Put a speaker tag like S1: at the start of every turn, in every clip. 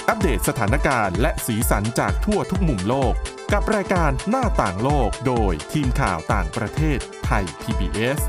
S1: อัปเดตสถานการณ์และสีสันจากทั่วทุกมุมโลกกับรายการหน้าต่างโลกโดยทีมข่าวต่างประเทศไทย PBS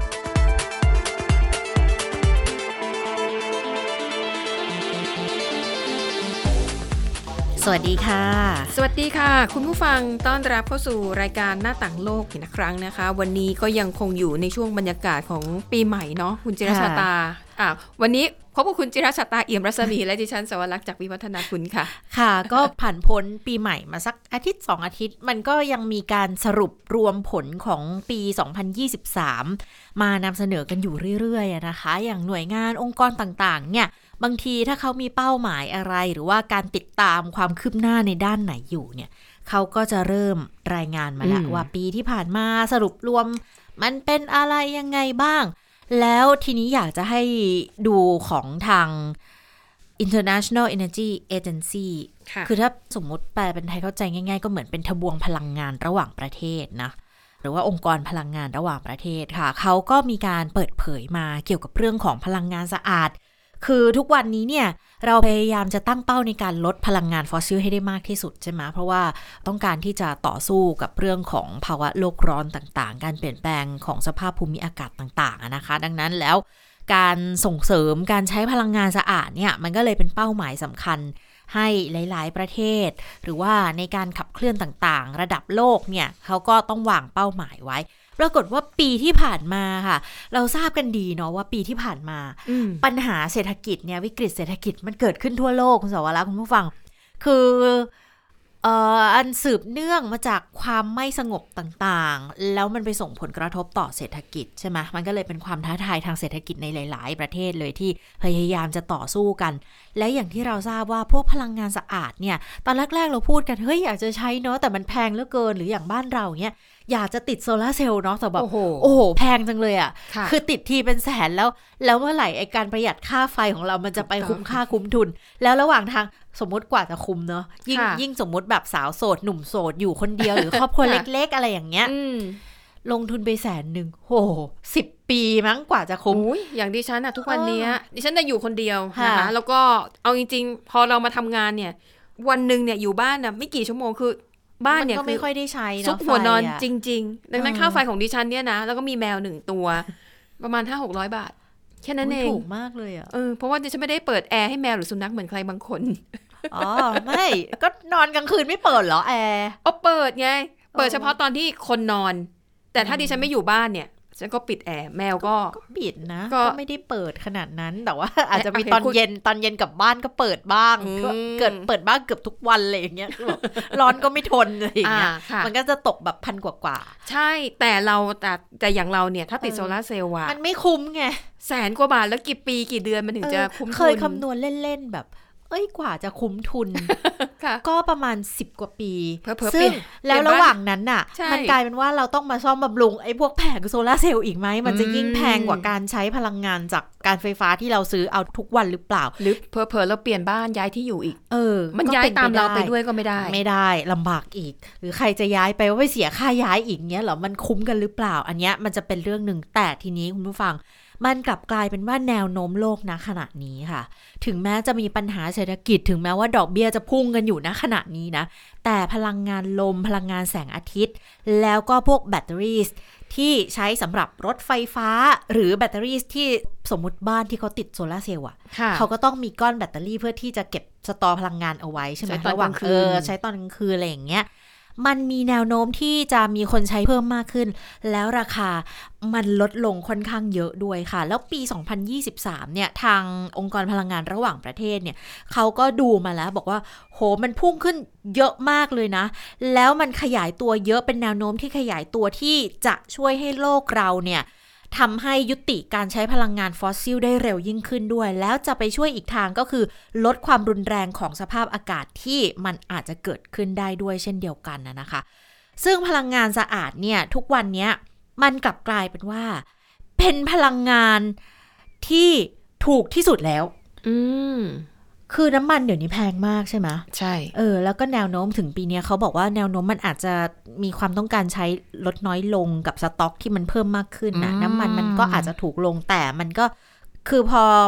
S2: สวัสดีค่ะ
S3: สวัสดีค่ะคุณผู้ฟังต้อนรับเข้าสู่รายการหน้าต่างโลกอีกครั้งนะคะวันนี้ก็ยังคงอยู่ในช่วงบรรยากาศของปีใหม่เนาะคุณจิรชาตาวันนี้พบกับคุณจิรชาตาเอี่ยมรัศมีและดิฉันสวรักษ์จากวิวัฒนาคุณค่ะ
S2: ค่ะก็ผ่านพ้นปีใหม่มาสักอาทิตย์2อาทิตย์มันก็ยังมีการสรุปรวมผลของปี2023มานำเสนอกันอยู่เรื่อยๆนะคะอย่างหน่วยงานองค์กรต่างๆเนี่ยบางทีถ้าเขามีเป้าหมายอะไรหรือว่าการติดตามความคืบหน้าในด้านไหนอยู่เนี่ยเขาก็จะเริ่มรายงานมาแล้วว่าปีที่ผ่านมาสรุปรวมมันเป็นอะไรยังไงบ้างแล้วทีนี้อยากจะให้ดูของทาง International Energy Agency คือถ้าสมมติแปลเป็นไทยเข้าใจง่ายๆก็เหมือนเป็นทบวงพลังงานระหว่างประเทศนะหรือว่าองค์กรพลังงานระหว่างประเทศค่ะเขาก็มีการเปิดเผยมาเกี่ยวกับเรื่องของพลังงานสะอาดคือทุกวันนี้เนี่ยเราพยายามจะตั้งเป้าในการลดพลังงานฟอสซิลให้ได้มากที่สุดใช่ไหมเพราะว่าต้องการที่จะต่อสู้กับเรื่องของภาวะโลกร้อนต่างๆการเปลี่ยนแปลงของสภาพภูมิอากาศต่างๆนะคะดังนั้นแล้วการส่งเสริมการใช้พลังงานสะอาดเนี่ยมันก็เลยเป็นเป้าหมายสำคัญให้หลายๆประเทศหรือว่าในการขับเคลื่อนต่างๆระดับโลกเนี่ยเขาก็ต้องวางเป้าหมายไว้ปรากฏว่าปีที่ผ่านมาค่ะเราทราบกันดีเนาะว่าปีที่ผ่านมาปัญหาเศรษฐกิจเนี่ยวิกฤตเศรษฐกิจมันเกิดขึ้นทั่วโลกคุณสวรักษ์คุณผู้ฟังคืออันสืบเนื่องมาจากความไม่สงบต่างๆแล้วมันไปส่งผลกระทบต่อเศรษฐกิจใช่ไหมมันก็เลยเป็นความท้าทายทางเศรษฐกิจในหลายๆประเทศเลยที่พยายามจะต่อสู้กันและอย่างที่เราทราบว่าพวกพลังงานสะอาดเนี่ยตอนแรกๆเราพูดกันเฮ้ยอยากจะใช้เนาะแต่มันแพงเหลือเกินหรืออย่างบ้านเราเนี่ยอยากจะติดโซลาร์เซลล์เนาะแต่แบบโอ้โหแพงจังเลยอ่ะคือติดทีเป็นแสนแล้วเมื่อไหร่ไอ้การประหยัดค่าไฟของเรามันจะไปคุ้มค่าคุ้มทุนแล้วระหว่างทางสมมติกว่าจะคุ้มเนาะยิ่งสมมติแบบสาวโสดหนุ่มโสดอยู่คนเดียวหรือครอบครัวเล็กๆอะไรอย่างเงี้ยลงทุนไป100,000โห10 ปีมั้งกว่าจะคุ้ม
S3: อย่างดิฉันอะทุกวันนี้ดิฉันจะอยู่คนเดียวนะคะแล้วก็เอาจริงๆพอเรามาทำงานเนี่ยวันนึงเนี่ยอยู่บ้านน่ะไม่กี่ชั่วโมงคือบ้านเนี่ยก็
S2: ไม่ค่อยได้ใช้
S3: ซุกหัวนอนจริงๆดังนั้นค่าไฟของดิฉันเนี่ยนะแล้วก็มีแมว1ตัวประมาณ 500-600 บาทแค่นั้นเอง
S2: ถูกมากเลยอ่ะ
S3: เพราะว่าดิฉันไม่ได้เปิดแอร์ให้แมวหรือสุนัขเหมือนใครบางคน
S2: อ๋อไม่ก็นอนกลางคืนไม่เปิดเหรอแอร์
S3: เปิดไงเปิดเฉพาะตอนที่คนนอนแต่ถ้าดิฉันไม่อยู่บ้านเนี่ยฉันก็ปิดแอร์แมวก็
S2: ปิดนะก็ไม่ได้เปิดขนาดนั้นแต่ว่าอาจจะมีตอนเย็นกลับบ้านก็เปิดบ้างเปิดบ้างเกือบทุกวันเลยอย่างเงี้ยร้อนก็ไม่ทนอะไรอย่างเงี้ยมันก็จะตกแบบพันกว่า
S3: ใช่แต่อย่างเราเนี่ยถ้าติดโซลาร์เซลล์อะ
S2: มันไม่คุ้มไง
S3: 100,000 กว่าบาทแล้วกี่ปีกี่เดือนมันถึงจะคุ้มทุน
S2: เคยคำนวณเล่นๆแบบกว่าจะคุ้มทุน ก็ประมาณ10 กว่าปีซึ่งแล้วระหว่างนั้นน่ะมันกลายเป็นว่าเราต้องมาซ่อมบำรุงไอ้พวกแผงโซลาร์เซลล์อีกไหมมันจะยิ่งแพงกว่าการใช้พลังงานจากการไฟฟ้าที่เราซื้อเอาทุกวันหรือเปล่า
S3: หรือเผลอๆเราเปลี่ยนบ้านย้ายที่อยู่อีกมันย้ายตามเราไปด้วยก็ไม่
S2: ได้ลำบากอีกหรือใครจะย้ายไปว่าไปเสียค่าย้ายอีกเนี้ยเหรอมันคุ้มกันหรือเปล่าอันเนี้ยมันจะเป็นเรื่องนึงแต่ทีนี้คุณผู้ฟังมันกลับกลายเป็นว่าแนวโน้มโลกณขณะนี้ค่ะถึงแม้จะมีปัญหาเศรษฐกิจถึงแม้ว่าดอกเบี้ยจะพุ่งกันอยู่ณขณะนี้นะแต่พลังงานลมพลังงานแสงอาทิตย์แล้วก็พวกแบตเตอรี่ที่ใช้สำหรับรถไฟฟ้าหรือแบตเตอรี่ที่สมมุติบ้านที่เขาติดโซลาร์เซลล์เขาก็ต้องมีก้อนแบตเตอรี่เพื่อที่จะเก็บสตอร์พลังงานเอาไว้ใช่ไหมระหว่างใช้ตอนกลางคืนอะไรอย่างเงี้ยมันมีแนวโน้มที่จะมีคนใช้เพิ่มมากขึ้นแล้วราคามันลดลงค่อนข้างเยอะด้วยค่ะแล้วปี2023เนี่ยทางองค์กรพลังงานระหว่างประเทศเนี่ยเขาก็ดูมาแล้วบอกว่าโหมันพุ่งขึ้นเยอะมากเลยนะแล้วมันขยายตัวเยอะเป็นแนวโน้มที่ขยายตัวที่จะช่วยให้โลกเราเนี่ยทำให้ยุติการใช้พลังงานฟอสซิลได้เร็วยิ่งขึ้นด้วยแล้วจะไปช่วยอีกทางก็คือลดความรุนแรงของสภาพอากาศที่มันอาจจะเกิดขึ้นได้ด้วยเช่นเดียวกันนะคะซึ่งพลังงานสะอาดเนี่ยทุกวันนี้มันกลับกลายเป็นว่าเป็นพลังงานที่ถูกที่สุดแล้วคือน้ำมันเดี๋ยวนี้แพงมากใช่ไหม
S3: ใช่
S2: แล้วก็แนวโน้มถึงปีนี้เขาบอกว่าแนวโน้มมันอาจจะมีความต้องการใช้ลดน้อยลงกับสต็อกที่มันเพิ่มมากขึ้นนะน้ำมันก็อาจจะถูกลงแต่มันก็คือพอ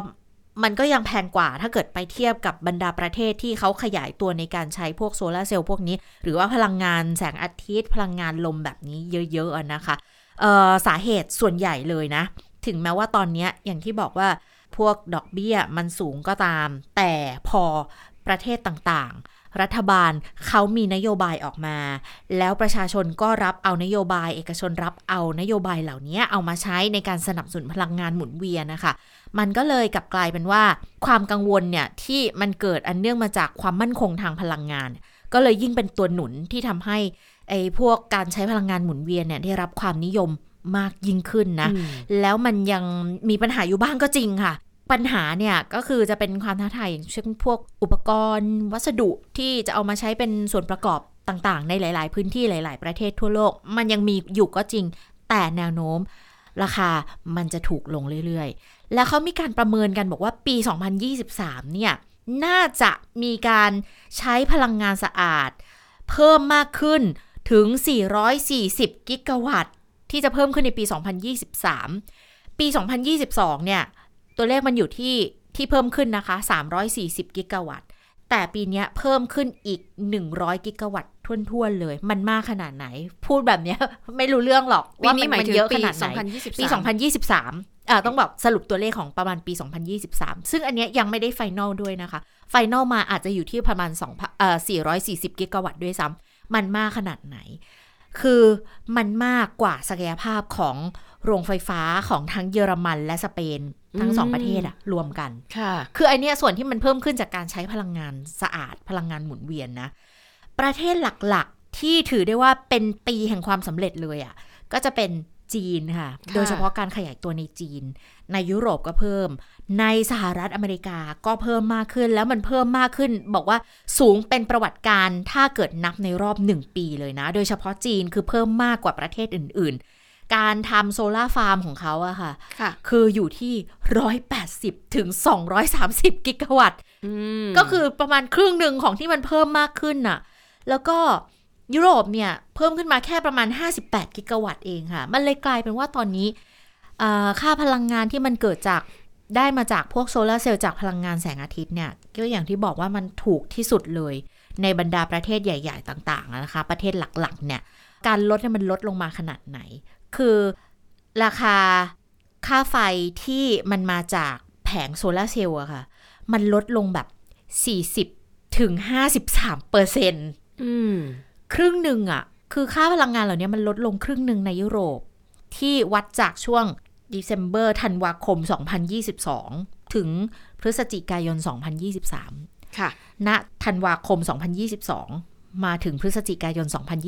S2: มันก็ยังแพงกว่าถ้าเกิดไปเทียบกับบรรดาประเทศที่เขาขยายตัวในการใช้พวกโซลาร์เซลล์พวกนี้หรือว่าพลังงานแสงอาทิตย์พลังงานลมแบบนี้เยอะๆนะคะสาเหตุส่วนใหญ่เลยนะถึงแม้ว่าตอนนี้อย่างที่บอกว่าพวกดอกเบี้ยมันสูงก็ตามแต่พอประเทศต่างๆรัฐบาลเขามีนโยบายออกมาแล้วประชาชนก็รับเอานโยบายเอกชนรับเอานโยบายเหล่านี้เอามาใช้ในการสนับสนุนพลังงานหมุนเวียนนะคะมันก็เลยกลับกลายเป็นว่าความกังวลเนี่ยที่มันเกิดอันเนื่องมาจากความมั่นคงทางพลังงานก็เลยยิ่งเป็นตัวหนุนที่ทำให้ไอ้พวกการใช้พลังงานหมุนเวียนเนี่ยได้รับความนิยมมากยิ่งขึ้นนะแล้วมันยังมีปัญหาอยู่บ้างก็จริงค่ะปัญหาเนี่ยก็คือจะเป็นความท้าทายอย่างเช่นพวกอุปกรณ์วัสดุที่จะเอามาใช้เป็นส่วนประกอบต่างๆในหลายๆพื้นที่หลายๆประเทศทั่วโลกมันยังมีอยู่ก็จริงแต่แนวโน้มราคามันจะถูกลงเรื่อยๆแล้วเขามีการประเมินกันบอกว่าปี 2023 เนี่ยน่าจะมีการใช้พลังงานสะอาดเพิ่มมากขึ้นถึง440กิกะวัตต์ที่จะเพิ่มขึ้นในปี 2023 ปี 2022 เนี่ยตัวเลขมันอยู่ที่เพิ่มขึ้นนะคะ340กิกะวัตต์แต่ปีนี้เพิ่มขึ้นอีก100กิกะวัตต์ทั่วๆเลยมันมากขนาดไหนพูดแบบนี้ไม่รู้เรื่องหรอกว่ามันเยอะขนาดไหนปี 2023ต้องบอกสรุปตัวเลขของประมาณปี 2023 ซึ่งอันนี้ยังไม่ได้ไฟนอลด้วยนะคะไฟนอลมาอาจจะอยู่ที่ประมาณ440กิกะวัตต์ด้วยซ้ำมันมากขนาดไหนคือมันมากกว่าศักยภาพของโรงไฟฟ้าของทั้งเยอรมันและสเปนทั้งสองประเทศอะรวมกันคือไอเนี้ยส่วนที่มันเพิ่มขึ้นจากการใช้พลังงานสะอาดพลังงานหมุนเวียนนะประเทศหลักๆที่ถือได้ว่าเป็นปีแห่งความสำเร็จเลยอะก็จะเป็นจีนค่ะโดยเฉพาะการขยายตัวในจีนในยุโรปก็เพิ่มในสหรัฐอเมริกาก็เพิ่มมากขึ้นแล้วมันเพิ่มมากขึ้นบอกว่าสูงเป็นประวัติการถ้าเกิดนับในรอบ1ปีเลยนะโดยเฉพาะจีนคือเพิ่มมากกว่าประเทศอื่นๆการทำโซล่าฟาร์มของเขาอะค่ะคืออยู่ที่180ถึง230กิกะวัตต์ก็คือประมาณครึ่งหนึ่งของที่มันเพิ่มมากขึ้นน่ะแล้วก็ยุโรปเนี่ยเพิ่มขึ้นมาแค่ประมาณ58กิกะวัตต์เองค่ะมันเลยกลายเป็นว่าตอนนี้ค่าพลังงานที่มันเกิดจากได้มาจากพวกโซลาร์เซลล์จากพลังงานแสงอาทิตย์เนี่ยก็อย่างที่บอกว่ามันถูกที่สุดเลยในบรรดาประเทศใหญ่ๆต่างๆนะคะประเทศหลักๆเนี่ยการลดเนี่ยมันลดลงมาขนาดไหนคือราคาค่าไฟที่มันมาจากแผงโซลาร์เซลล์อะค่ะมันลดลงแบบ40ถึง 53% ครึ่งหนึ่งอะคือค่าพลังงานเหล่านี้มันลดลงครึ่งหนึ่งในยุโรปที่วัดจากช่วงธันวาคม 2022 ถึงพฤศจิกายน 2023
S3: ค่ะ
S2: ณธันวาคม 2022 มาถึงพฤศจิกายน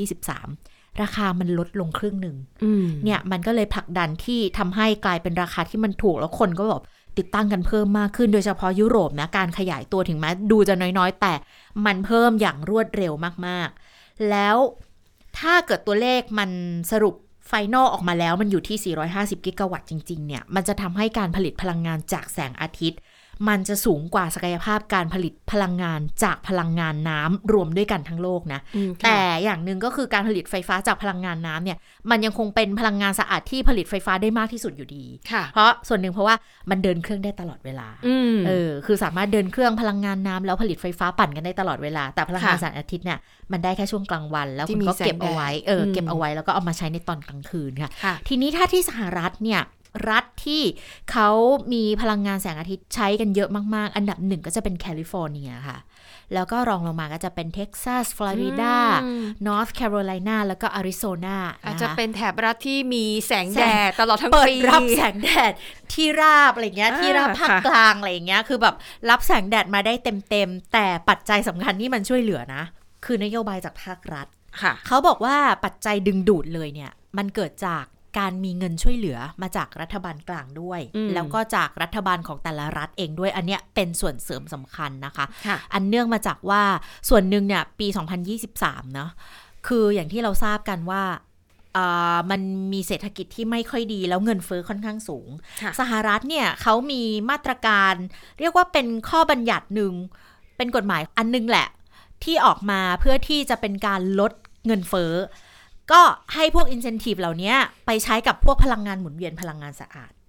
S2: 2023 ราคามันลดลงครึ่งหนึ่งเนี่ยมันก็เลยผลักดันที่ทำให้กลายเป็นราคาที่มันถูกแล้วคนก็แบบติดตั้งกันเพิ่มมากขึ้นโดยเฉพาะยุโรปนะการขยายตัวถึงแม้ดูจะน้อยๆแต่มันเพิ่มอย่างรวดเร็วมากๆแล้วถ้าเกิดตัวเลขมันสรุปไฟนอลออกมาแล้วมันอยู่ที่450กิกะวัตต์จริงๆเนี่ยมันจะทำให้การผลิตพลังงานจากแสงอาทิตย์มันจะสูงกว่าศักยภาพการผลิตพลังงานจากพลังงานน้ำรวมด้วยกันทั้งโลกนะแต่อย่างหนึ่งก็คือการผลิตไฟฟ้าจากพลังงานน้ำเนี่ยมันยังคงเป็นพลังงานสะอาดที่ผลิตไฟฟ้าได้มากที่สุดอยู่ดีเพราะส่วนหนึ่งเพราะว่ามันเดินเครื่องได้ตลอดเวลาคือสามารถเดินเครื่องพลังงานน้ำแล้วผลิตไฟฟ้าปั่นกันได้ตลอดเวลาแต่พลังงานแสงอาทิตย์เนี่ยมันได้แค่ช่วงกลางวันแล้วคุณก็เก็บเอาไว้เก็บเอาไว้แล้วก็เอามาใช้ในตอนกลางคืนค่ะทีนี้ถ้าที่สหรัฐเนี่ยรัฐที่เขามีพลังงานแสงอาทิตย์ใช้กันเยอะมากๆอันดับหนึ่งก็จะเป็นแคลิฟอร์เนียค่ะแล้วก็รองลงมาก็จะเป็นเท็กซัสฟลอริดานอร์ทแคโรไลนาแล้วก็อาริโซนา
S3: อาจจะเป็นแถบรัฐที่มีแสงแดดตลอดทั้งปี
S2: เปิดรับแสงแดดที่ราบอะไรเงี้ยที่ราบภาคกลางอะไรเงี้ยคือแบบรับแสงแดดมาได้เต็มๆแต่ปัจจัยสำคัญที่มันช่วยเหลือนะคือนโยบายจากภาครัฐเขาบอกว่าปัจจัยดึงดูดเลยเนี่ยมันเกิดจากการมีเงินช่วยเหลือมาจากรัฐบาลกลางด้วยแล้วก็จากรัฐบาลของแต่ละรัฐเองด้วยอันเนี้ยเป็นส่วนเสริมสำคัญนะคะอันเนื่องมาจากว่าส่วนหนึ่งเนี่ยปี 2023 เนาะคืออย่างที่เราทราบกันว่ามันมีเศรษฐกิจที่ไม่ค่อยดีแล้วเงินเฟ้อค่อนข้างสูงสหรัฐเนี่ยเขามีมาตรการเรียกว่าเป็นข้อบัญญัติหนึ่งเป็นกฎหมายอันนึงแหละที่ออกมาเพื่อที่จะเป็นการลดเงินเฟ้อก็ให้พวก incentive เหล่านี้ไปใช้กับพวกพลังงานหมุนเวียนพลังงานสะอาด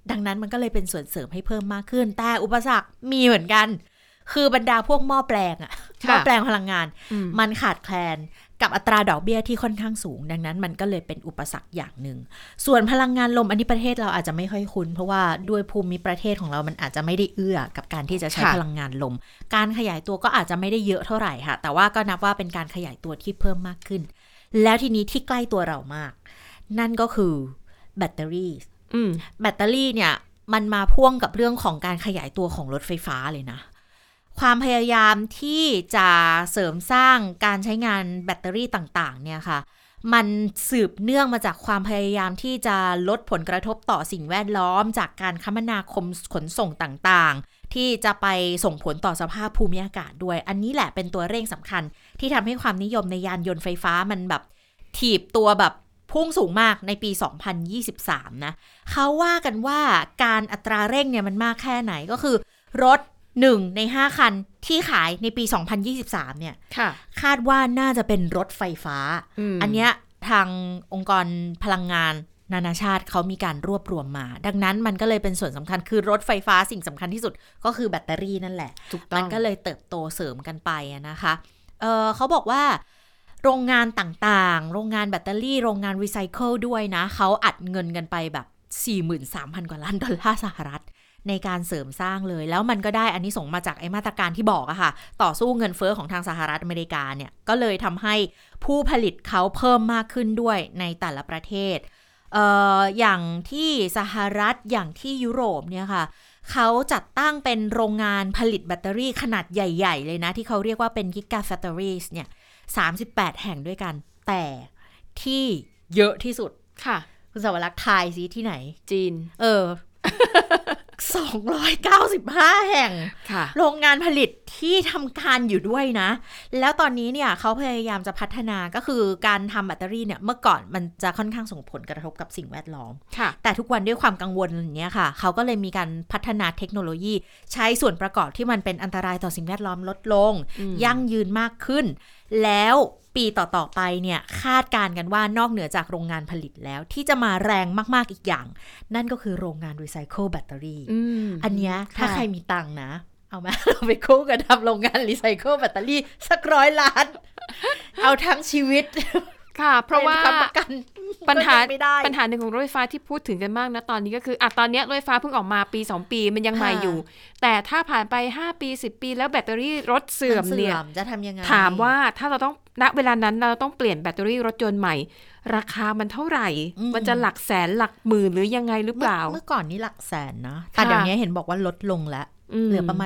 S2: ดังนั้นมันก็เลยเป็นส่วนเสริมให้เพิ่มมากขึ้นแต่อุปสรรคมีเหมือนกันคือบรรดาพวกหม้อแปลงหม้อแปลงพลังงานมันขาดแคลนกับอัตราดอกเบี้ยที่ค่อนข้างสูงดังนั้นมันก็เลยเป็นอุปสรรคอย่างหนึ่งส่วนพลังงานลมอันนี้ประเทศเราอาจจะไม่ค่อยคุ้นเพราะว่าด้วยภูมิประเทศของเรามันอาจจะไม่ได้เอื้อกับการที่จะใช้พลังงานลมการขยายตัวก็อาจจะไม่ได้เยอะเท่าไหร่ค่ะแต่ว่าก็นับว่าเป็นการขยายตัวที่เพิ่มมากขึ้นแล้วทีนี้ที่ใกล้ตัวเรามากนั่นก็คือแบตเตอรี่แบตเตอรี่เนี่ยมันมาพ่วงกับเรื่องของการขยายตัวของรถไฟฟ้าเลยนะความพยายามที่จะเสริมสร้างการใช้งานแบตเตอรี่ต่างๆเนี่ยค่ะมันสืบเนื่องมาจากความพยายามที่จะลดผลกระทบต่อสิ่งแวดล้อมจากการคมนาคมขนส่งต่างๆที่จะไปส่งผลต่อสภาพภูมิอากาศด้วยอันนี้แหละเป็นตัวเร่งสำคัญที่ทำให้ความนิยมในยานยนต์ไฟฟ้ามันแบบถีบตัวแบบพุ่งสูงมากในปี 2023 นะเขาว่ากันว่าการอัตราเร่งเนี่ยมันมากแค่ไหนก็คือรถ1 ใน 5 คันที่ขายในปี 2023 เนี่ยคาดว่าน่าจะเป็นรถไฟฟ้า อันเนี้ยทางองค์กรพลังงานนานาชาติเขามีการรวบรวมมาดังนั้นมันก็เลยเป็นส่วนสำคัญคือรถไฟฟ้าสิ่งสำคัญที่สุดก็คือแบตเตอรี่นั่นแหละมันก็เลยเติบโตเสริมกันไปนะคะเขาบอกว่าโรงงานต่างๆโรงงานแบตเตอรี่โรงงานรีไซเคิลด้วยนะเขาอัดเงินกันไปแบบ 43,000 กว่าล้านดอลลาร์สหรัฐในการเสริมสร้างเลยแล้วมันก็ได้อันนี้ส่งมาจากไอ้มาตรการที่บอกอะค่ะต่อสู้เงินเฟ้อของทางสหรัฐอเมริกาเนี่ยก็เลยทำให้ผู้ผลิตเขาเพิ่มมากขึ้นด้วยในแต่ละประเทศอย่างที่สหรัฐอย่างที่ยุโรปเนี่ยค่ะเขาจัดตั้งเป็นโรงงานผลิตแบตเตอรี่ขนาดใหญ่ๆเลยนะที่เขาเรียกว่าเป็น Giga Factories เนี่ย38 แห่งด้วยกันแต่ที่เยอะที่สุด
S3: ค่ะ
S2: คุณสวรักษ์ทายซิที่ไหน
S3: จีน
S2: 295 แห่งโรงงานผลิตที่ทำการอยู่ด้วยนะแล้วตอนนี้เนี่ยเขาพยายามจะพัฒนาก็คือการทำแบตเตอรี่เนี่ยเมื่อก่อนมันจะค่อนข้างส่งผลกระทบกับสิ่งแวดล้อมแต่ทุกวันด้วยความกังวลอย่างเงี้ยค่ะเขาก็เลยมีการพัฒนาเทคโนโลยีใช้ส่วนประกอบที่มันเป็นอันตรายต่อสิ่งแวดล้อมลดลงยั่งยืนมากขึ้นแล้วปีต่อๆไปเนี่ยคาดการณ์กันว่านอกเหนือจากโรงงานผลิตแล้วที่จะมาแรงมากๆอีกอย่างนั่นก็คือโรงงานรีไซเคิลแบตเตอรี่อันเนี้ยถ้าใครมีตังค์นะเอามาเราไปคู่กันทำโรงงานรีไซเคิลแบตเตอรี่สัก100 ล้านเอาทั้งชีวิต
S3: ค่ะเพราะว่าปัญหาหนึ่งของรถไฟฟ้าที่พูดถึงกันมากนะตอนนี้ก็คือตอนนี้รถไฟฟ้าเพิ่งออกมาปี2ปีมันยังใหม่อยู่แต่ถ้าผ่านไป5ปี10ปีแล้วแบตเตอรี่รถเสื่อมเนี่ย
S2: จะทำยังไง
S3: ถามว่าถ้าเราต้องณเวลานั้นเราต้องเปลี่ยนแบตเตอรี่รถยนต์ใหม่ราคามันเท่าไหร่มันจะหลักแสนหลักหมื่นหรือยังไงหรือเปล่า
S2: เมื่อก่อนนี้หลักแสนนะแต่เดี๋ยวนี้เห็นบอกว่าลดลงแล้วเหลือประมาณ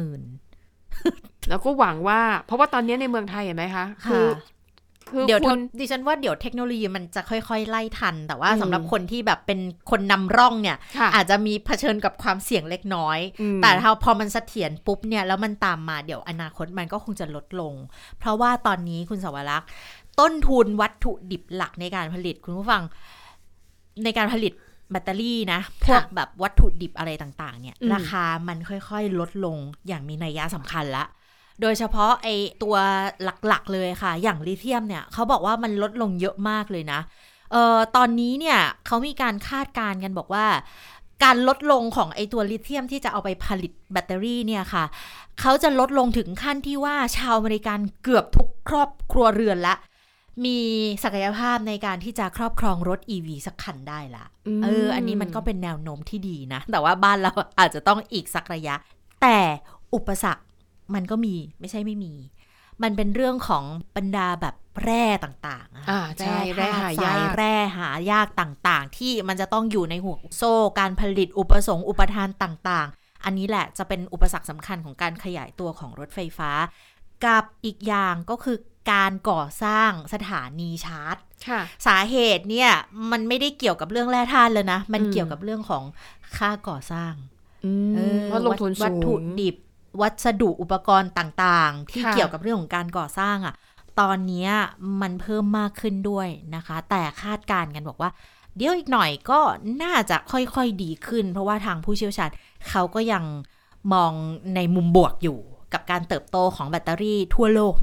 S2: 80,000
S3: แล้วก็หวังว่าเพราะว่าตอนนี้ในเมืองไทยเห็นไหมคะคือ
S2: เดี๋ยวดิฉันว่าเดี๋ยวเทคโนโลยีมันจะค่อยๆไล่ทันแต่ว่าสำหรับคนที่แบบเป็นคนนำร่องเนี่ยอาจจะมีเผชิญกับความเสี่ยงเล็กน้อยแต่พอมันเสถียรปุ๊บเนี่ยแล้วมันตามมาเดี๋ยวอนาคตมันก็คงจะลดลงเพราะว่าตอนนี้คุณสวรักษ์ต้นทุนวัตถุดิบหลักในการผลิตคุณผู้ฟังในการผลิตแบตเตอรี่นะพวกแบบวัตถุดิบอะไรต่างๆเนี่ยราคามันค่อยๆลดลงอย่างมีนัยสำคัญละโดยเฉพาะไอตัวหลักๆเลยค่ะอย่างลิเธียมเนี่ยเขาบอกว่ามันลดลงเยอะมากเลยนะตอนนี้เนี่ยเขามีการคาดการณ์กันบอกว่าการลดลงของไอตัวลิเธียมที่จะเอาไปผลิตแบตเตอรี่เนี่ยค่ะเขาจะลดลงถึงขั้นที่ว่าชาวอเมริกันเกือบทุกครอบครัวเรือนละมีศักยภาพในการที่จะครอบครองรถ EV สักคันได้ละอันนี้มันก็เป็นแนวโน้มที่ดีนะแต่ว่าบ้านเราอาจจะต้องอีกสักระยะแต่อุปสรรคมันก็มีไม่ใช่ไม่มีมันเป็นเรื่องของบรรดาแบบแร่ต่าง
S3: ๆใช่แร่ห
S2: ายากต่างๆที่มันจะต้องอยู่ในห่วงโซ่การผลิตอุปทานต่างๆอันนี้แหละจะเป็นอุปสรรคสำคัญของการขยายตัวของรถไฟฟ้ากับอีกอย่างก็คือการก่อสร้างสถานีชาร์จสาเหตุเนี่ยมันไม่ได้เกี่ยวกับเรื่องแร่ธาตุเลยนะมันเกี่ยวกับเรื่องของค่าก่อสร้าง
S3: ว่าลงทุนสูง
S2: วัตถุดิบวัสดุอุปกรณ์ต่างๆที่เกี่ยวกับเรื่องของการก่อสร้างตอนนี้มันเพิ่มมากขึ้นด้วยนะคะแต่คาดการณ์กันบอกว่าเดี๋ยวอีกหน่อยก็น่าจะค่อยๆดีขึ้นเพราะว่าทางผู้เชี่ยวชาญเขาก็ยังมองในมุมบวกอยู่กับการเติบโตของแบตเตอรี่ทั่วโลกเนี่ย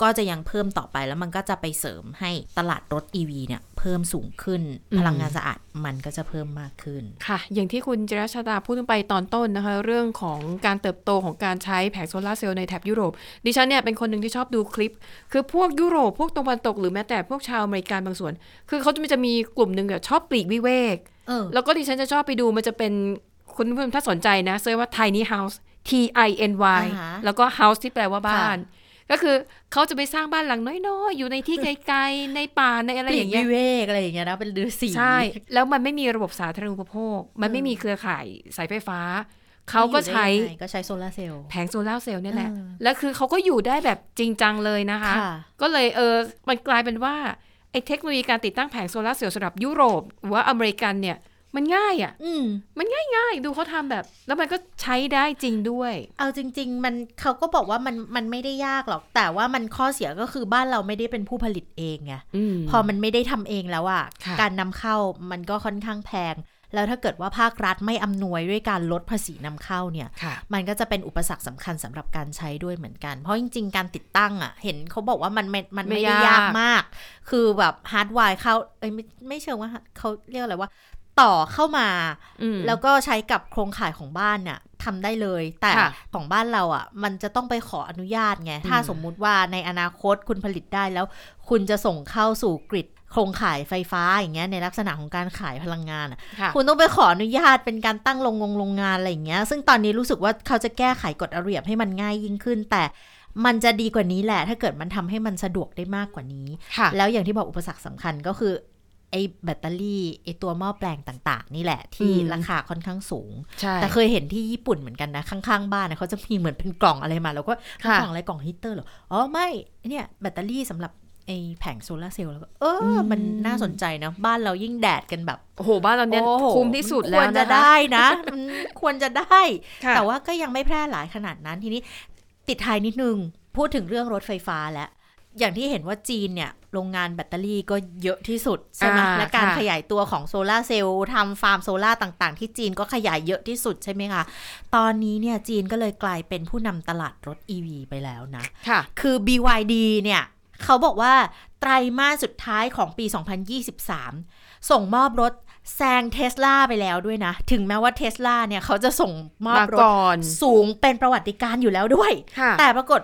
S2: ก็จะยังเพิ่มต่อไปแล้วมันก็จะไปเสริมให้ตลาดรถ EV เนี่ยเพิ่มสูงขึ้นพลังงานสะอาดมันก็จะเพิ่มมากขึ้น
S3: ค่ะอย่างที่คุณจิรชดาพูดไปตอนต้นนะคะเรื่องของการเติบโตของการใช้แผงโซลาร์เซลล์ในแถบยุโรปดิฉันเนี่ยเป็นคนหนึ่งที่ชอบดูคลิปคือพวกยุโรปพวกตะวันตกหรือแม้แต่พวกชาวอเมริกันบางส่วนคือเขาจะมีกลุ่มหนึ่งแบบชอบปลีกวิเวกแล้วก็ดิฉันจะชอบไปดูมันจะเป็นคุณผู้ชมถ้าสนใจนะเซิร์ชว่า tiny house TINY แล้วก็ house ที่แปลว่าบ้านก็คือเขาจะไปสร้างบ้านหลังน้อยๆอยู่ในที่ไกลๆในป่าในอะไรอย่างเงี้ย
S2: วิเวกอะไรอย่างเงี้ยนะเป็นฤาษี
S3: ใช่แล้วมันไม่มีระบบสาธารณูปโภคมันไม่มีเครือข่ายสายไฟฟ้าเขาก็ใช้
S2: โซลาร์เซลล์
S3: แผงโซลาร์เซลล์นี่แหละแล้วคือเขาก็อยู่ได้แบบจริงจังเลยนะคะก็เลยมันกลายเป็นว่าไอ้เทคโนโลยีการติดตั้งแผงโซลาร์เซลล์สำหรับยุโรปหรือว่าอเมริกันเนี่ยมันง่ายมันง่ายดูเขาทำแบบแล้วมันก็ใช้ได้จริงด้วย
S2: เอาจริงๆมันเขาก็บอกว่ามันไม่ได้ยากหรอกแต่ว่ามันข้อเสียก็คือบ้านเราไม่ได้เป็นผู้ผลิตเองไงพอมันไม่ได้ทำเองแล้วอ่ะการนำเข้ามันก็ค่อนข้างแพงแล้วถ้าเกิดว่าภาครัฐไม่อำนวยด้วยการลดภาษีนำเข้าเนี่ยมันก็จะเป็นอุปสรรคสำคัญสำหรับการใช้ด้วยเหมือนกันเพราะจริงๆการติดตั้งอ่ะเห็นเขาบอกว่ามันไม่ได้ยากมากคือแบบฮาร์ดแวร์เข้าไม่เชิงว่าเขาเรียกอะไรว่าต่อเข้ามาแล้วก็ใช้กับโครงข่ายของบ้านเนี่ยทำได้เลยแต่ของบ้านเราอ่ะมันจะต้องไปขออนุญาตไงถ้าสมมุติว่าในอนาคตคุณผลิตได้แล้วคุณจะส่งเข้าสู่กริดโครงข่ายไฟฟ้าอย่างเงี้ยในลักษณะของการขายพลังงานคุณต้องไปขออนุญาตเป็นการตั้งโรงงานอะไรอย่างเงี้ยซึ่งตอนนี้รู้สึกว่าเขาจะแก้ไขกฎระเบียบให้มันง่ายยิ่งขึ้นแต่มันจะดีกว่านี้แหละถ้าเกิดมันทำให้มันสะดวกได้มากกว่านี้แล้วอย่างที่บอกอุปสรรคสำคัญก็คือไอ้แบตเตอรี่ไอ้ตัวหม้อแปลงต่างๆนี่แหละที่ราคาค่อนข้างสูงแต่เคยเห็นที่ญี่ปุ่นเหมือนกันนะข้างๆบ้านนะเขาจะมีเหมือนเป็นกล่องอะไรมาแล้วก็กล่องอะไรกล่องฮีตเตอร์เหรออ๋อไม่เนี่ยแบตเตอรี่สำหรับไอ้แผงโซลาร์เซลล์แล้วก็มันน่าสนใจนะบ้านเรายิ่งแดดกันแบบ
S3: โอ้โหบ้านเราเนี่ยคุ้มที่สุดแล้ว
S2: ควรจะได้นะควรจะได้แต่ว่าก็ยังไม่แพร่หลายขนาดนั้นทีนี้ติดท้ายนิดนึงพูดถึงเรื่องรถไฟฟ้าแล้วอย่างที่เห็นว่าจีนเนี่ยโรงงานแบตเตอรี่ก็เยอะที่สุดใช่ไหมและการขยายตัวของโซลาร์เซลล์ทำฟาร์มโซลาร์ต่างๆที่จีนก็ขยายเยอะที่สุดใช่ไหมคะตอนนี้เนี่ยจีนก็เลยกลายเป็นผู้นำตลาดรถ EV ไปแล้วนะคือ BYD เนี่ยเขาบอกว่าไตรมาสสุดท้ายของปี 2023 ส่งมอบรถแซง Tesla ไปแล้วด้วยนะถึงแม้ว่า Tesla เนี่ยเขาจะส่งมอบรถสูงเป็นประวัติการณ์อยู่แล้วด้วยแต่ปรากฏ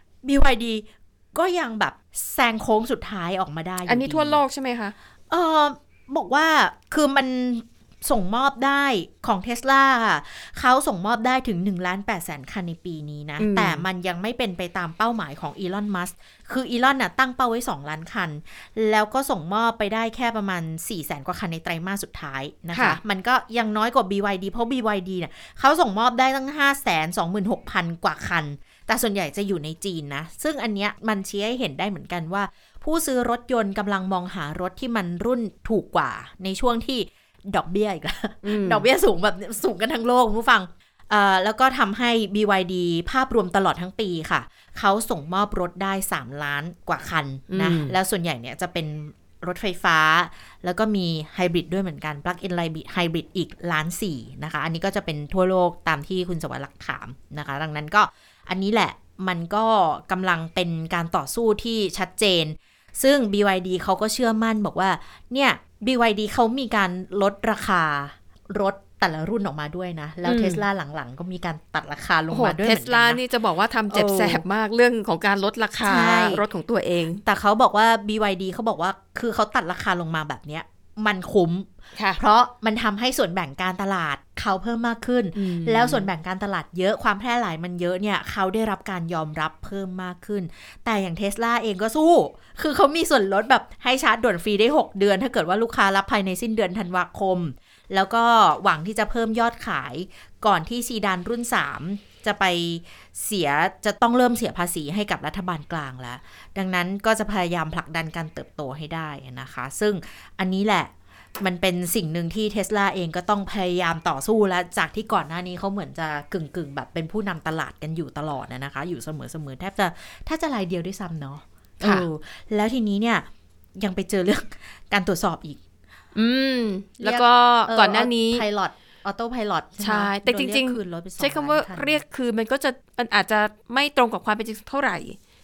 S2: BYD ก็ยังแบบแซงโค้งสุดท้ายออกมาได้
S3: อันนี้ทั่วโลกใช่ไหมคะ
S2: บอกว่าคือมันส่งมอบได้ของ Tesla ค่ะเขาส่งมอบได้ถึง 1,800,000 คันในปีนี้นะแต่มันยังไม่เป็นไปตามเป้าหมายของอีลอนมัสก์คืออีลอนน่ะตั้งเป้าไว้2ล้านคันแล้วก็ส่งมอบไปได้แค่ประมาณ 400,000 กว่าคันในไตรมาสสุดท้ายนะคะมันก็ยังน้อยกว่า BYD เพราะ BYD เนี่ยเขาส่งมอบได้ตั้ง 526,000 กว่าคันแต่ส่วนใหญ่จะอยู่ในจีนนะซึ่งอันเนี้ยมันชี้ให้เห็นได้เหมือนกันว่าผู้ซื้อรถยนต์กำลังมองหารถที่มันรุ่นถูกกว่าในช่วงที่ดอกเบี้ยอีกแล้วดอกเบี้ยสูงแบบสูงกันทั้งโลกคุณผู้ฟังแล้วก็ทำให้ BYD ภาพรวมตลอดทั้งปีค่ะเขาส่งมอบรถได้3ล้านกว่าคันนะแล้วส่วนใหญ่เนี่ยจะเป็นรถไฟฟ้าแล้วก็มีไฮบริดด้วยเหมือนกัน Plug-in Hybrid อีก1.4 ล้านนะคะอันนี้ก็จะเป็นทั่วโลกตามที่คุณสวรรค์ถามนะคะดังนั้นก็อันนี้แหละมันก็กำลังเป็นการต่อสู้ที่ชัดเจนซึ่ง BYD เขาก็เชื่อมั่นบอกว่าเนี่ย BYD เขามีการลดราคารถแต่ละรุ่นออกมาด้วยนะแล้ว Tesla หลังๆก็มีการตัดราคาลงมาด้วยเหมือนกันนะ
S3: Tesla นี่จะบอกว่าทำเจ็บแสบมากเรื่องของการลดราคารถของตัวเอง
S2: แต่เขาบอกว่า BYD เขาบอกว่าคือเขาตัดราคาลงมาแบบเนี้ยมันคุ้มเพราะมันทำให้ส่วนแบ่งการตลาดเขาเพิ่มมากขึ้นแล้วส่วนแบ่งการตลาดเยอะความแพร่หลายมันเยอะเนี่ยเขาได้รับการยอมรับเพิ่มมากขึ้นแต่อย่าง Tesla เองก็สู้คือเขามีส่วนลดแบบให้ชาร์จด่วนฟรีได้6เดือนถ้าเกิดว่าลูกค้ารับภายในสิ้นเดือนธันวาคมแล้วก็หวังที่จะเพิ่มยอดขายก่อนที่ซีดานรุ่น3จะไปจะต้องเริ่มเสียภาษีให้กับรัฐบาลกลางแล้วดังนั้นก็จะพยายามผลักดันการเติบโตให้ได้นะคะซึ่งอันนี้แหละมันเป็นสิ่งหนึ่งที่ Tesla เองก็ต้องพยายามต่อสู้แล้วจากที่ก่อนหน้านี้เขาเหมือนจะกึ่งแบบเป็นผู้นำตลาดกันอยู่ตลอดนะคะอยู่เสมอแทบจะรายเดียวด้วยซ้ำเนาะแล้วทีนี้เนี่ยยังไปเจอเรื่องการตรวจสอบอีก
S3: แล้วก็ก่อนหน้านี้
S2: ออโต้ไพลอต
S3: ใช่แต่จริงๆใช้คำว่าเรียกคืนมันอาจจะไม่ตรงกับความเป็นจริงเท่าไหร่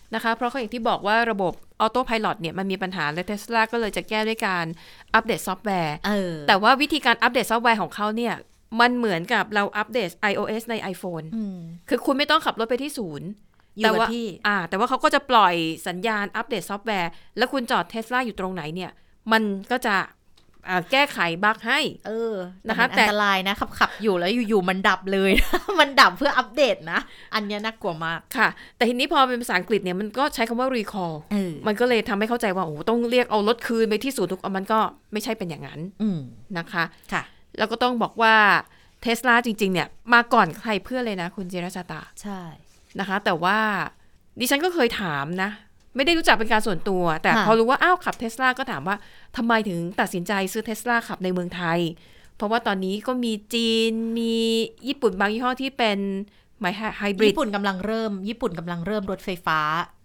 S3: นะคะเพราะเขาอย่างที่บอกว่าระบบออโต้ไพลอตเนี่ยมันมีปัญหาและ Tesla ก็เลยจะแก้ด้วยการอัปเดตซอฟต์แวร์แต่ว่าวิธีการอัปเดตซอฟต์แวร์ของเขาเนี่ยมันเหมือนกับเราอัปเดต iOS ใน iPhone คือคุณไม่ต้องขับรถไปที่ศูนย์แต่ว่าเขาก็จะปล่อยสัญญาณอัปเดตซอฟต์แวร์แล้วคุณจอด Tesla อยู่ตรงไหนเนี่ยมันก็จะแก้ไขบั๊กให้
S2: นะคะแต่อันตรายนะขับอยู่แล้วอยู่ๆมันดับเลย มันดับเพื่ออัปเดตนะอันนี้น่ากลัวมาก
S3: ค่ะแต่ทีนี้พอเป็นภาษาอังกฤษเนี่ยมันก็ใช้คำว่า recall มันก็เลยทำให้เข้าใจว่าโอ้ต้องเรียกเอารถคืนไปที่ศูนย์ทุกมันก็ไม่ใช่เป็นอย่างนั้นนะคะ
S2: ค่ะ
S3: แล้วก็ต้องบอกว่า Tesla จริงๆเนี่ยมาก่อนใครเพื่อนเลยนะคุณจิรชาตา
S2: ใช่
S3: นะคะแต่ว่าดิฉันก็เคยถามนะไม่ได้รู้จักเป็นการส่วนตัวแต่พอรู้ว่าอ้าวขับ Tesla ก็ถามว่าทำไมถึงตัดสินใจซื้อ Tesla ขับในเมืองไทยเพราะว่าตอนนี้ก็มีจีนมีญี่ปุ่นบางยี่ห้อที่เป็นไฮบริด
S2: ญี่ปุ่นกำลังเริ่มรถไฟฟ้า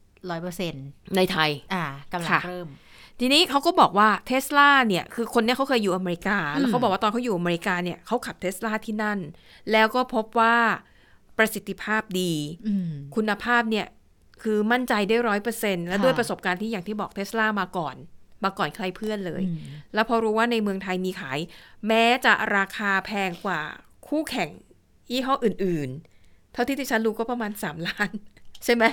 S2: 100%
S3: ในไทย
S2: กำลังเริ่ม
S3: ทีนี้เขาก็บอกว่า Tesla เนี่ยคือคนเนี้ยเขาเคยอยู่อเมริกาแล้วเขาบอกว่าตอนเขาอยู่อเมริกาเนี่ยเขาขับ Tesla ที่นั่นแล้วก็พบว่าประสิทธิภาพดีคุณภาพเนี่ยคือมั่นใจได้ 100% และด้วยประสบการณ์ที่อย่างที่บอก Tesla มาก่อนใครเพื่อนเลยแล้วพอรู้ว่าในเมืองไทยมีขายแม้จะราคาแพงกว่าคู่แข่งยี่ห้ออื่นๆเท่าที่ดิฉันรู้ก็ประมาณ3 ล้านใช่ไหม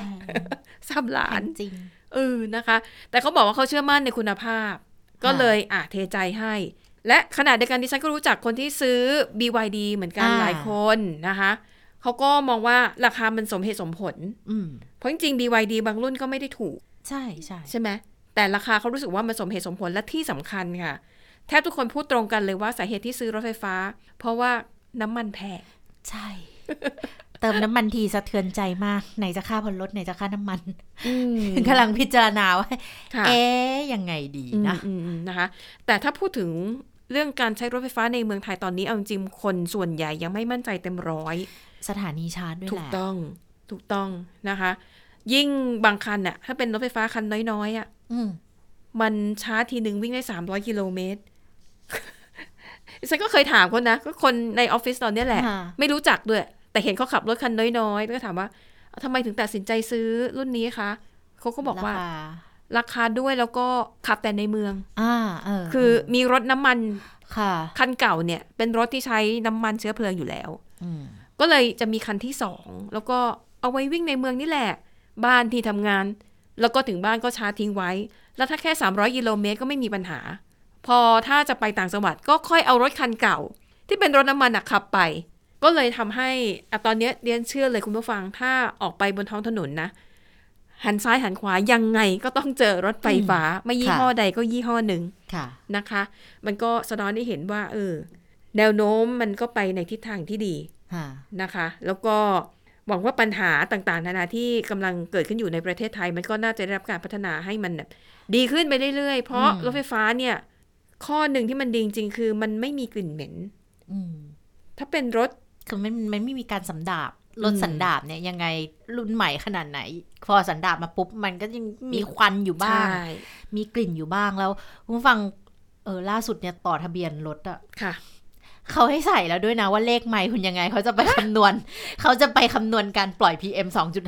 S3: 3 ล้าน
S2: จริง
S3: นะคะแต่เขาบอกว่าเขาเชื่อมั่นในคุณภาพก็เลยเทใจให้และขณะเดียวกันดิฉันก็รู้จักคนที่ซื้อ BYD เหมือนกันหลายคนนะคะเขาก็มองว่าราคามันสมเหตุสมผลเพราะจริงๆ BYD บางรุ่นก็ไม่ได้ถูก
S2: ใช่
S3: ใช่ไหมแต่ราคาเขารู้สึกว่ามันสมเหตุสมผลและที่สำคัญค่ะแทบทุกคนพูดตรงกันเลยว่าสาเหตุที่ซื้อรถไฟฟ้าเพราะว่าน้ำมันแพง
S2: ใช่ เติมน้ำมันทีสะเทือนใจมากไหนจะค่าผ่อนรถไหนจะค่าน้ำมันกำลังพิจารณาว่ายังไงดี
S3: นะคะแต่ถ้าพูดถึงเรื่องการใช้รถไฟฟ้าในเมืองไทยตอนนี้เอาจริงคนส่วนใหญ่ยังไม่มั่นใจเต็มร้อย
S2: สถานีชาร์จด้วยแหละ
S3: ถูกต้องนะคะยิ่งบางคันน่ะถ้าเป็นรถไฟฟ้าคันน้อยๆอ่ะมันชาร์จทีนึงวิ่งได้300 กิโลเมตรฉันก็เคยถามคนนะก็คนในออฟฟิศตอนนี้แหละไม่รู้จักด้วยแต่เห็นเขาขับรถคันน้อยๆก็ถามว่าทำไมถึงตัดสินใจซื้อรุ่นนี้คะเขาก็บอกว่าราคาด้วยแล้วก็ขับแต่ในเมืองคือมีรถน้ำมันคันเก่าเนี่ยเป็นรถที่ใช้น้ำมันเชื้อเพลิงอยู่แล้วก็เลยจะมีคันที่2แล้วก็เอาไว้วิ่งในเมืองนี่แหละบ้านที่ทำงานแล้วก็ถึงบ้านก็ชาร์จทิ้งไว้แล้วถ้าแค่300 กิโลเมตรก็ไม่มีปัญหาพอถ้าจะไปต่างจังหวัดก็ค่อยเอารถคันเก่าที่เป็นรถน้ำมันขับไปก็เลยทำให้ตอนนี้เรียนเชื่อเลยคุณผู้ฟังถ้าออกไปบนท้องถนนนะหันซ้ายหันขวายังไงก็ต้องเจอรถไฟฟ้าไม่ยี่ห้อใดก็ยี่ห้อหนึ่งนะคะมันก็สะท้อนให้เห็นว่าแนวโน้มมันก็ไปในทิศทางที่ดีนะคะแล้วก็หวังว่าปัญหาต่างๆนานาที่กำลังเกิดขึ้นอยู่ในประเทศไทยมันก็น่าจะได้รับการพัฒนาให้มันดีขึ้นไปเรื่อยๆเพราะรถไฟฟ้าเนี่ยข้อหนึ่งที่มันดีจริงๆคือมันไม่มีกลิ่นเหม็นถ้าเป็นรถ
S2: คือมันไม่มีการสันดาบรถสันดาบเนี่ยยังไงรุ่นใหม่ขนาดไหนพอสันดาบมาปุ๊บมันก็ยังมีควันอยู่บ้างมีกลิ่นอยู่บ้างแล้วคุณฟังล่าสุดเนี่ยต่อทะเบียนรถอ่ะ
S3: ค่ะ
S2: เขาให้ใส่แล้วด้วยนะว่าเลขไมล์คุณยังไงเขาจะไปคำนวณการปล่อย PM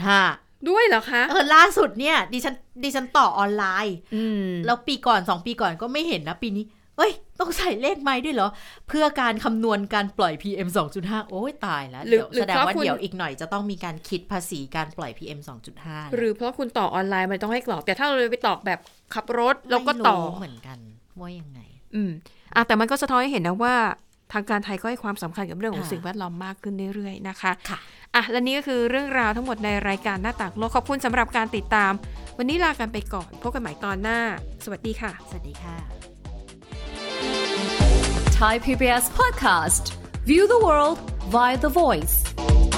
S2: 2.5
S3: ด้วยเหรอคะ
S2: ล่าสุดเนี่ยดิฉันต่อออนไลน์แล้วปีก่อน2 ปีก่อนก็ไม่เห็นนะปีนี้ต้องใส่เลขไมล์ด้วยเหรอเพื่อการคำนวณการปล่อย PM 2.5 โอ้ยตายแล้วแสดงว่าเดี๋ยวอีกหน่อยจะต้องมีการคิดภาษีการปล่อย PM 2.5
S3: หรือเพราะคุณต่อออนไลน์มันต้องให้กรอกแต่ถ้าเราไปต่อแบบขับรถแล้วก็ต่อ
S2: เหมือนกันว่ายังไง
S3: แต่มันก็สะท้อนให้เห็นนะว่าทางการไทยก็ให้ความสำคัญกับเรื่องของสิ่งแวดล้อมมากขึ้นเรื่อยๆนะคะ
S2: ค่ะ
S3: และนี่ก็คือเรื่องราวทั้งหมดในรายการหน้าต่างโลกขอบคุณสำหรับการติดตามวันนี้ลากันไปก่อนพบกันใหม่ตอนหน้าสวัสดีค่ะ
S2: สวัสดีค่ะ
S4: Thai PBS Podcast View the world via the voice